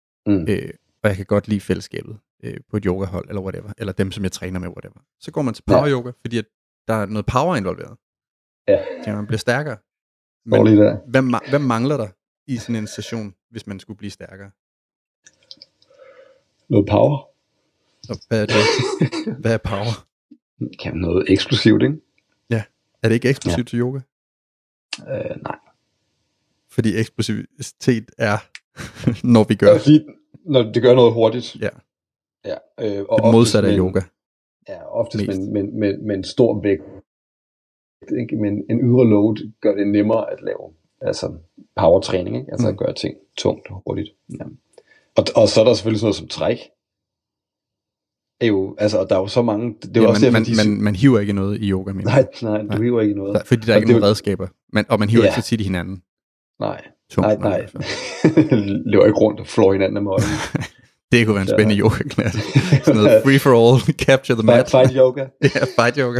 Speaker 1: Og jeg kan godt lide fællesskabet på et yogahold, eller whatever, eller dem, som jeg træner med, whatever. Så går man til power yoga, fordi at der er noget power involveret. Så man bliver stærkere. Men hvad mangler der? i sådan en session, hvis man skulle blive stærkere?
Speaker 2: Noget power.
Speaker 1: Og hvad er det? Hvad er power?
Speaker 2: Kan noget eksplosivt, ikke?
Speaker 1: Ja. Er det ikke eksplosivt til yoga?
Speaker 2: Nej.
Speaker 1: Fordi eksplosivitet er, når vi gør...
Speaker 2: Når det gør noget hurtigt.
Speaker 1: Ja.
Speaker 2: Ja.
Speaker 1: Og det modsatte af yoga.
Speaker 2: Ja, oftest med en stor vægt. Ikke? Men en ydre load gør det nemmere at lave powertræning, ikke? Altså at gøre ting tungt og hurtigt. Ja. Og så er der selvfølgelig sådan noget som træk. Og der er jo så mange... Det er også
Speaker 1: man hiver ikke noget i yoga.
Speaker 2: Nej, du hiver ikke noget.
Speaker 1: Fordi der er ikke nogen redskaber. Og man hiver ikke så tit i hinanden.
Speaker 2: Nej.
Speaker 1: Tungt,
Speaker 2: nej. Løber ikke rundt og flår hinanden med øjnene.
Speaker 1: Det kunne være en spændende yoga-klasse. Sådan noget free for all, capture the mat.
Speaker 2: Fight yoga.
Speaker 1: Ja, fight yoga.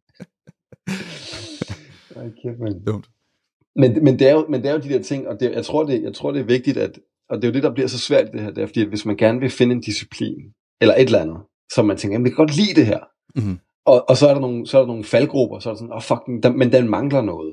Speaker 2: Dumt. Men det er jo de der ting, og jeg tror det er vigtigt, og det er jo det, der bliver så svært i det her, det er, fordi hvis man gerne vil finde en disciplin, eller et eller andet, som man tænker, jamen, vi kan godt lide det her, og så er der nogle faldgrupper, så er der sådan, men den mangler noget.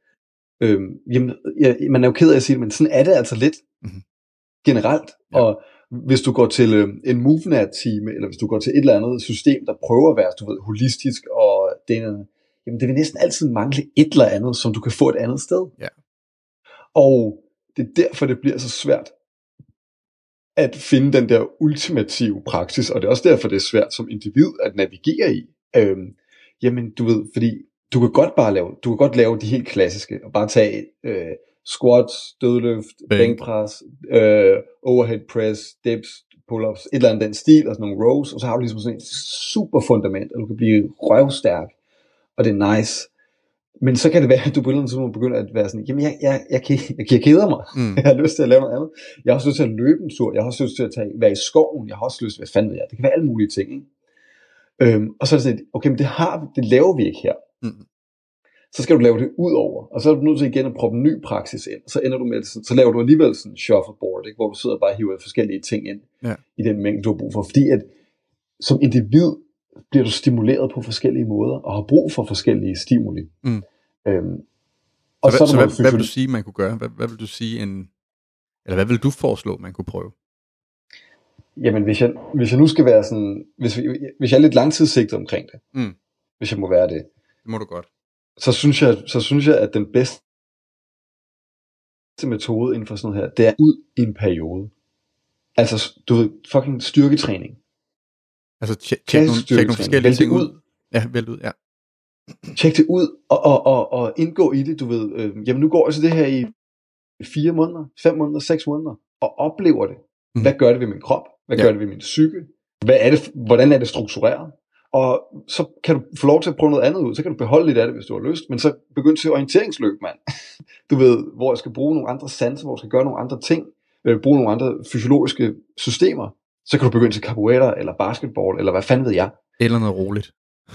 Speaker 2: Man er jo ked af at sige det, men sådan er det altså lidt generelt, og hvis du går til en MoveNat-time, eller hvis du går til et eller andet system, der prøver at være, holistisk, og jamen det vil næsten altid mangle et eller andet, som du kan få et andet sted.
Speaker 1: Ja.
Speaker 2: Og det er derfor, det bliver så svært at finde den der ultimative praksis, og det er også derfor, det er svært som individ at navigere i. Jamen, fordi du kan godt lave de helt klassiske, og bare tage squats, dødløft, bænkpres, overhead press, dips, pull-ups, et eller andet den stil, og sådan nogle rows, og så har du ligesom sådan et super fundament, og du kan blive røvstærk, og det er nice. Men så kan det være, at du på et eller andet tidspunkt begynder at være sådan, jamen jeg keder mig, jeg har lyst til at lave noget andet, jeg har også lyst til at løbe en tur, jeg har også lyst til at være i skoven, jeg har også lyst til, hvad fanden ved jeg, det kan være alle mulige ting, ikke? Og så er det sådan, okay, men det laver vi ikke her. Så skal du lave det ud over, og så er du nødt til igen at proppe en ny praksis ind, og så ender du med, så laver du alligevel sådan en shuffleboard, ikke? Hvor du sidder og bare hiver forskellige ting ind, i den mængde, du har brug for, fordi at som individ bliver du stimuleret på forskellige måder, og har brug for forskellige stimuli.
Speaker 1: Og så hvad vil du sige, man kunne gøre? Hvad vil du sige eller hvad vil du foreslå, man kunne prøve?
Speaker 2: Jamen, hvis jeg nu skal være sådan, hvis jeg er lidt langtidssigtet omkring det, hvis jeg må være det.
Speaker 1: Det må du godt.
Speaker 2: Så synes jeg, at den bedste metode inden for sådan noget her, det er ud i en periode. Altså, du ved, fucking styrketræning.
Speaker 1: Altså, tjek nogle forskellige ting ud. Ja, vælg ud, ja.
Speaker 2: Tjek det ud, og indgå i det, du ved. Jamen, nu går jeg så det her i 4 måneder, 5 måneder, 6 måneder, og oplever det. Hvad gør det ved min krop? Hvad gør det ved min psyke? Hvordan er det struktureret? Og så kan du få lov til at prøve noget andet ud. Så kan du beholde lidt af det, hvis du har lyst. Men så begynd til orienteringsløb, mand. Du ved, hvor jeg skal bruge nogle andre sanser, hvor jeg skal gøre nogle andre ting. Bruge nogle andre fysiologiske systemer. Så kan du begynde til capoeira, eller basketball, eller hvad fanden ved jeg.
Speaker 1: Eller noget roligt.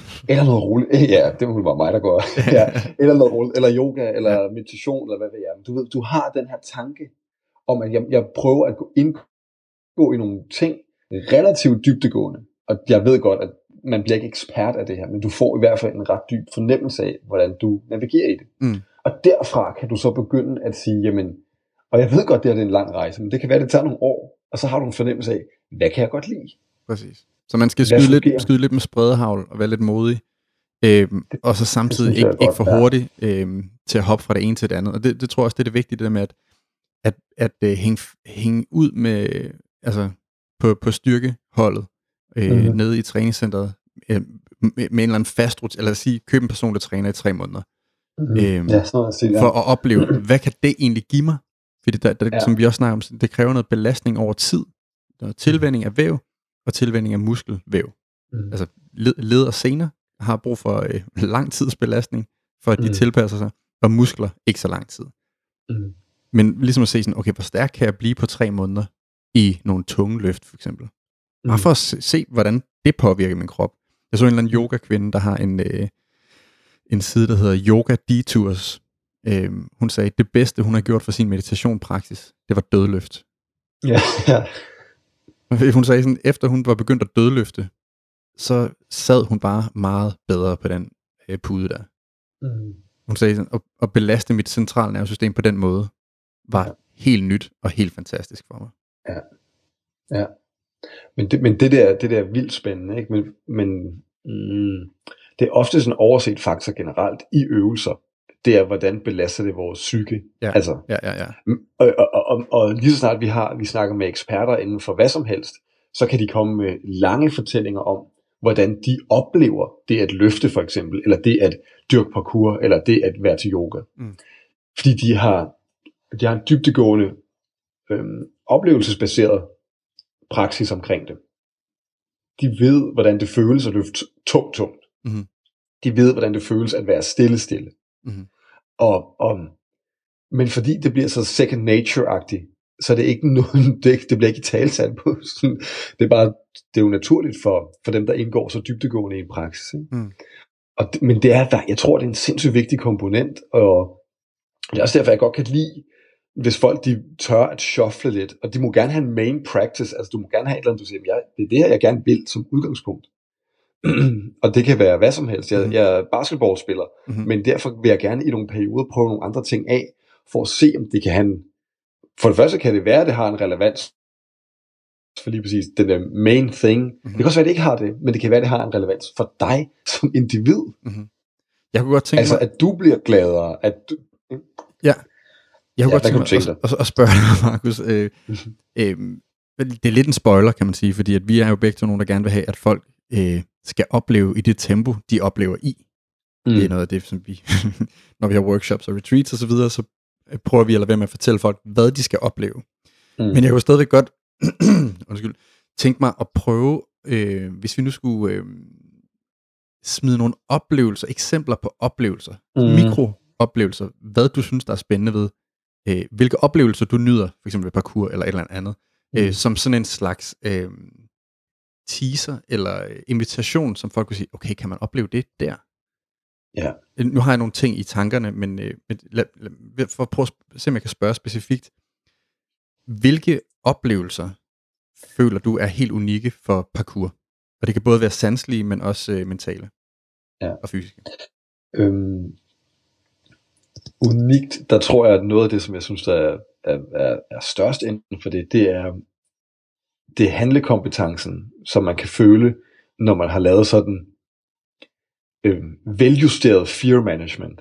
Speaker 2: Ja, det må være mig, der går. Ja. Eller noget roligt, eller yoga, eller meditation, eller hvad ved jeg. Du ved, du har den her tanke om, at jeg prøver at indgå i nogle ting relativt dybdegående. Og jeg ved godt, at man bliver ikke ekspert af det her, men du får i hvert fald en ret dyb fornemmelse af, hvordan du navigerer i det. Og derfra kan du så begynde at sige, jamen, og jeg ved godt, det er en lang rejse, men det kan være, det tager nogle år, og så har du en fornemmelse af, hvad kan jeg godt lide?
Speaker 1: Præcis. Så man skal skyde lidt med spredehagl og være lidt modig, og så samtidig ikke for hurtigt til at hoppe fra det ene til det andet. Og det tror jeg også, det er det vigtige, det der med at hænge ud med, altså på styrkeholdet, nede i træningscenteret, med en eller anden fast rutine, eller sige, køb en person, der træner i 3 måneder. For at opleve, hvad kan det egentlig give mig? Fordi som vi også snakker om, det kræver noget belastning over tid, noget tilvænning af væv, og tilvænning af muskelvæv. Altså led og sener har brug for lang tids belastning, for at de tilpasser sig, og muskler ikke så lang tid. Men ligesom at se sådan, okay, hvor stærk kan jeg blive på 3 måneder i nogle tunge løft, for eksempel. Bare for at se, hvordan det påvirker min krop. Jeg så en eller anden yoga-kvinde, der har en side, der hedder Yoga Detours. Hun sagde, at det bedste, hun har gjort for sin meditationpraksis, det var dødløft.
Speaker 2: Ja.
Speaker 1: Hun sagde sådan, efter hun var begyndt at dødløfte, så sad hun bare meget bedre på den pude der. Hun sagde sådan, at belaste mit centralnervesystem på den måde, var helt nyt og helt fantastisk for mig.
Speaker 2: Ja, ja. Men det der er vildt spændende, ikke? Men det er ofte sådan en overset faktor generelt i øvelser. Det er, hvordan belaster det vores psyke.
Speaker 1: Ja.
Speaker 2: Altså,
Speaker 1: Ja.
Speaker 2: og lige så snart vi snakker med eksperter inden for hvad som helst, så kan de komme med lange fortællinger om, hvordan de oplever det at løfte for eksempel, eller det at dyrke parkour, eller det at være til yoga. Fordi de har en dybdegående oplevelsesbaseret praksis omkring det. De ved, hvordan det føles at løfte tungt.
Speaker 1: Mm-hmm.
Speaker 2: De ved, hvordan det føles at være stille.
Speaker 1: Mm-hmm.
Speaker 2: Men fordi det bliver så second nature-agtigt, så er det ikke noget, det bliver ikke talsat på. Det er jo naturligt for dem, der indgår så dybdegående i en praksis. Ikke? Men jeg tror, det er en sindssygt vigtig komponent, og det er også derfor, jeg godt kan lide, hvis folk de tør at shuffle lidt, og de må gerne have en main practice, altså du må gerne have et eller andet, du siger, det er det her, jeg gerne vil som udgangspunkt. Og det kan være hvad som helst. Jeg er basketballspiller, men derfor vil jeg gerne i nogle perioder prøve nogle andre ting af, for at se, om det kan have for det første kan det være, at det har en relevans for lige præcis den der main thing. Det kan også være, at det ikke har det, men det kan være, at det har en relevans for dig som individ.
Speaker 1: Jeg kunne godt tænke
Speaker 2: altså, at du bliver gladere. At du,
Speaker 1: ja. Jeg kunne godt tænke mig at spørge dig, Markus. Det er lidt en spoiler, kan man sige, fordi at vi er jo begge to nogen, der gerne vil have, at folk skal opleve i det tempo, de oplever i. Det er noget af det, som vi, når vi har workshops og retreats og så videre, så prøver vi at lade være med at fortælle folk, hvad de skal opleve. Men jeg kunne stadigvæk godt tænke mig at prøve, hvis vi nu skulle smide nogle oplevelser, eksempler på oplevelser, mikrooplevelser, hvad du synes, der er spændende ved, hvilke oplevelser du nyder, for eksempel ved parkour eller et eller andet, som sådan en slags teaser eller invitation, som folk kunne sige, okay, kan man opleve det der?
Speaker 2: Ja.
Speaker 1: Nu har jeg nogle ting i tankerne, men for at prøve at se, om jeg kan spørge specifikt, hvilke oplevelser føler du er helt unikke for parkour? Og det kan både være sanselige, men også mentale og fysiske.
Speaker 2: Unikt, der tror jeg, at noget af det, som jeg synes, der er størst inden for det er handlekompetencen, som man kan føle, når man har lavet sådan veljusteret fear management.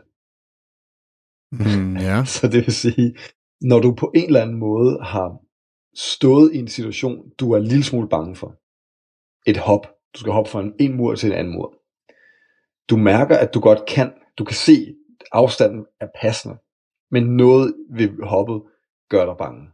Speaker 2: Så det vil sige, når du på en eller anden måde har stået i en situation, du er en lille smule bange for. Et hop. Du skal hoppe fra en mur til en anden mur. Du mærker, at du kan se, afstanden er passende, men noget ved hoppet gør dig bange.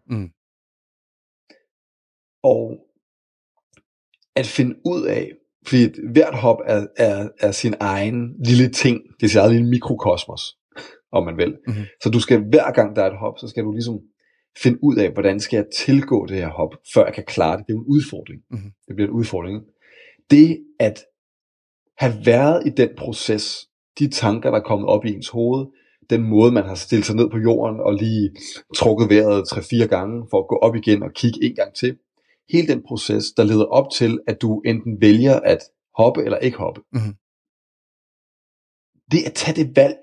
Speaker 2: Og at finde ud af, fordi hvert hop er sin egen lille ting, det er sin egen lille mikrokosmos, om man vil. Så du skal hver gang der er et hop, så skal du ligesom finde ud af, hvordan skal jeg tilgå det her hop, før jeg kan klare det. Det er jo en udfordring. Det bliver en udfordring. Det at have været i den proces, de tanker, der er kommet op i ens hoved, den måde, man har stillet sig ned på jorden og lige trukket vejret 3-4 gange for at gå op igen og kigge en gang til. Hele den proces, der leder op til, at du enten vælger at hoppe eller ikke hoppe. Det at tage det valg,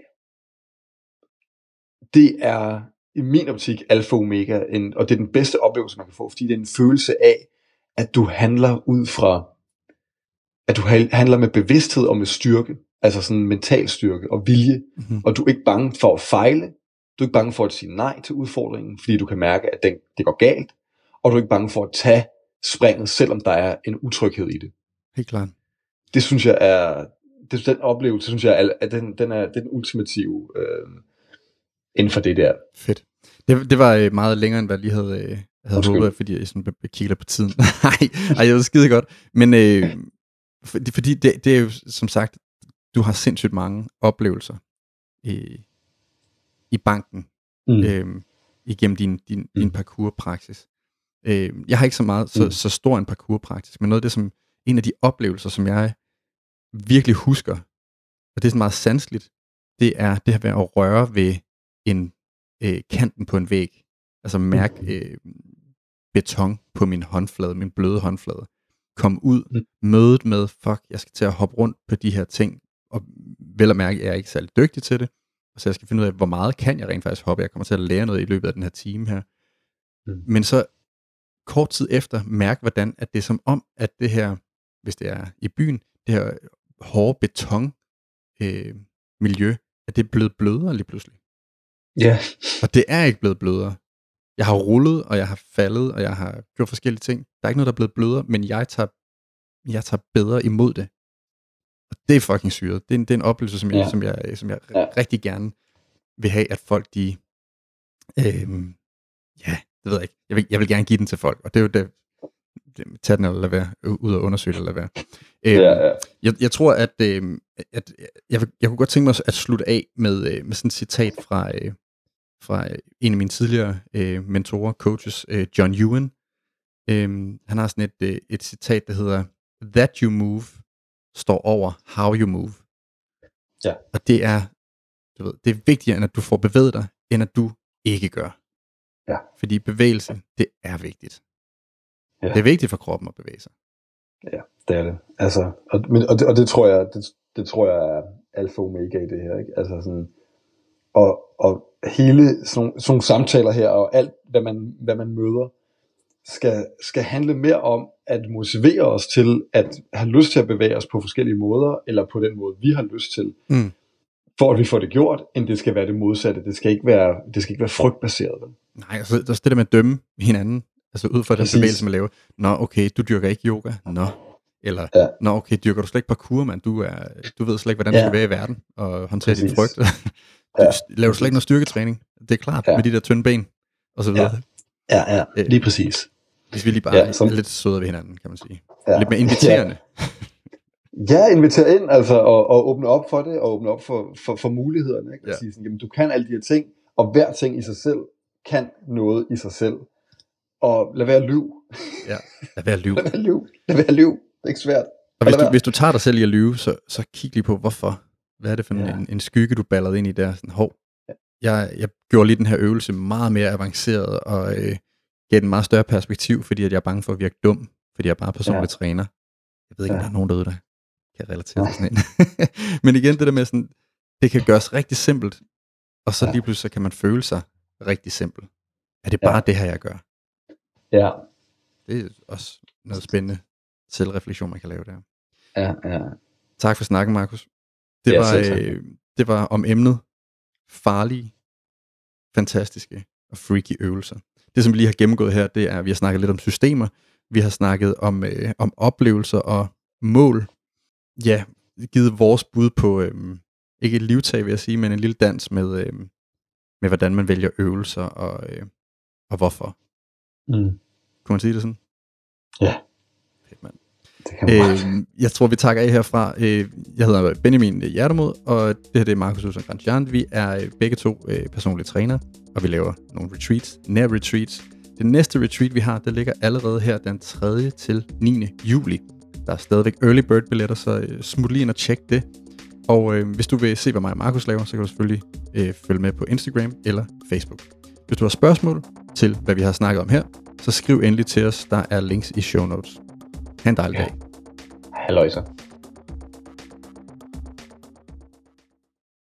Speaker 2: det er i min optik alfa og omega, og det er den bedste oplevelse, man kan få, fordi det er en følelse af, at du handler ud fra, at du handler med bevidsthed og med styrke, altså sådan mental styrke og vilje, og du er ikke bange for at fejle, du er ikke bange for at sige nej til udfordringen, fordi du kan mærke, at det går galt, og du er ikke bange for at tage springet, selvom der er en utryghed i det.
Speaker 1: Helt klart.
Speaker 2: Det synes jeg er, den oplevelse, synes jeg, at den er den ultimative inden for det der.
Speaker 1: Fedt. Det var meget længere, end hvad jeg lige havde håbet, fordi jeg sådan kigger på tiden. Nej, det var skide godt. Men fordi det er jo, som sagt, du har sindssygt mange oplevelser i banken igennem din parkourpraksis. Jeg har ikke så meget så stor en parkourpraksis, men noget af det, som en af de oplevelser, som jeg virkelig husker, og det er sådan meget sanseligt, det er det her ved at røre ved kanten på en væg. Altså mærke beton på min håndflade, min bløde håndflade. Kom ud, mødet med, jeg skal til at hoppe rundt på de her ting, og vel at mærke, at jeg er ikke særlig dygtig til det, og så jeg skal finde ud af, hvor meget kan jeg rent faktisk hoppe. Jeg kommer til at lære noget i løbet af den her time her. Men så kort tid efter mærke, hvordan at det er som om, at det her, hvis det er i byen, det her hårde beton miljø, at det er blevet blødere lige pludselig.
Speaker 2: Ja.
Speaker 1: Og det er ikke blevet blødere. Jeg har rullet, og jeg har faldet, og jeg har gjort forskellige ting. Der er ikke noget, der er blevet blødere, men jeg tager bedre imod det. Og det er fucking syret. Det er en oplevelse, som jeg rigtig gerne vil have, at folk de... det ved jeg ikke. Jeg vil gerne give den til folk, og det er jo det. Tag den eller lad være, ud og undersøge eller lad være. Jeg tror, at jeg kunne godt tænke mig at slutte af med sådan et citat fra en af mine tidligere mentorer, coaches, John Ewan. Han har sådan et citat, der hedder, that you move står over how you move.
Speaker 2: Ja.
Speaker 1: Og det er, det er vigtigere, end at du får bevæget dig, end at du ikke gør.
Speaker 2: Ja.
Speaker 1: Fordi bevægelse, det er vigtigt.
Speaker 2: Ja.
Speaker 1: Det er vigtigt for kroppen at bevæge sig.
Speaker 2: Ja, det er det. Altså, og det tror jeg er alfa og omega i det her, ikke? Altså sådan, og hele sådan samtaler her, og alt, hvad man møder, skal handle mere om at motivere os til at have lyst til at bevæge os på forskellige måder, eller på den måde, vi har lyst til, for at vi får det gjort, end det skal være det modsatte. Det skal ikke være frygtbaseret. Vel?
Speaker 1: Nej, altså det der med at dømme hinanden, altså ud fra den bevægelse, man laver. Nå, okay, du dyrker ikke yoga. Nå. Eller, nå, okay, dyrker du slet ikke parkour, mand. Du ved slet ikke, hvordan du skal være i verden, og håndtere din frygt. Laver du slet ikke noget styrketræning. Det er klart, med de der tynde ben, og så videre.
Speaker 2: Ja, lige præcis.
Speaker 1: Hvis vi lige bare er lidt sødere ved hinanden, kan man sige. Lidt mere inviterende.
Speaker 2: Ja, invitere ind, altså, og åbne op for det, og åbne op for mulighederne, ikke? At sige sådan, jamen, du kan alle de her ting, og hver ting i sig selv kan noget i sig selv. Og lad være at lyve.
Speaker 1: Ja, lad være at lyve.
Speaker 2: Lad være at lyve. Det er ikke svært.
Speaker 1: Og hvis du tager dig selv i at lyve, så kig lige på, hvorfor. Hvad er det for en skygge, du ballede ind i der? Sådan, jeg gjorde lige den her øvelse meget mere avanceret, og gav den meget større perspektiv, fordi at jeg er bange for at virke dum, fordi jeg er bare personlig træner. Jeg ved ikke, om der er nogen derude, der kan relatere til sådan en. Men igen, det der med sådan, det kan gøres rigtig simpelt, og så lige pludselig kan man føle sig rigtig simpel. Er det bare det her, jeg gør?
Speaker 2: Ja.
Speaker 1: Det er også noget spændende selvreflektion, man kan lave der.
Speaker 2: Ja.
Speaker 1: Tak for snakken, Markus. Det var om emnet farlige, fantastiske og freaky øvelser. Det, som vi lige har gennemgået her, det er, at vi har snakket lidt om systemer, vi har snakket om oplevelser og mål. Ja, givet vores bud på, ikke et livtag vil jeg sige, men en lille dans med hvordan man vælger øvelser og hvorfor. Kunne man sige det sådan?
Speaker 2: Ja.
Speaker 1: Fedt, mand. Jeg tror, vi takker af herfra. Jeg hedder Benjamin Hjertemod, og det her det er Markus Usson Grandjean. Vi er begge to personlige trænere, og vi laver nogle retreats, nær retreats. Det næste retreat, vi har, det ligger allerede her den 3. til 9. juli. Der er stadigvæk early bird billetter, så smut lige ind og tjek det. Og hvis du vil se, hvad mig og Markus laver, så kan du selvfølgelig følge med på Instagram eller Facebook. Hvis du har spørgsmål til, hvad vi har snakket om her, så skriv endelig til os. Der er links i show notes. Ha' en dejlig dag.
Speaker 2: Halløjsa.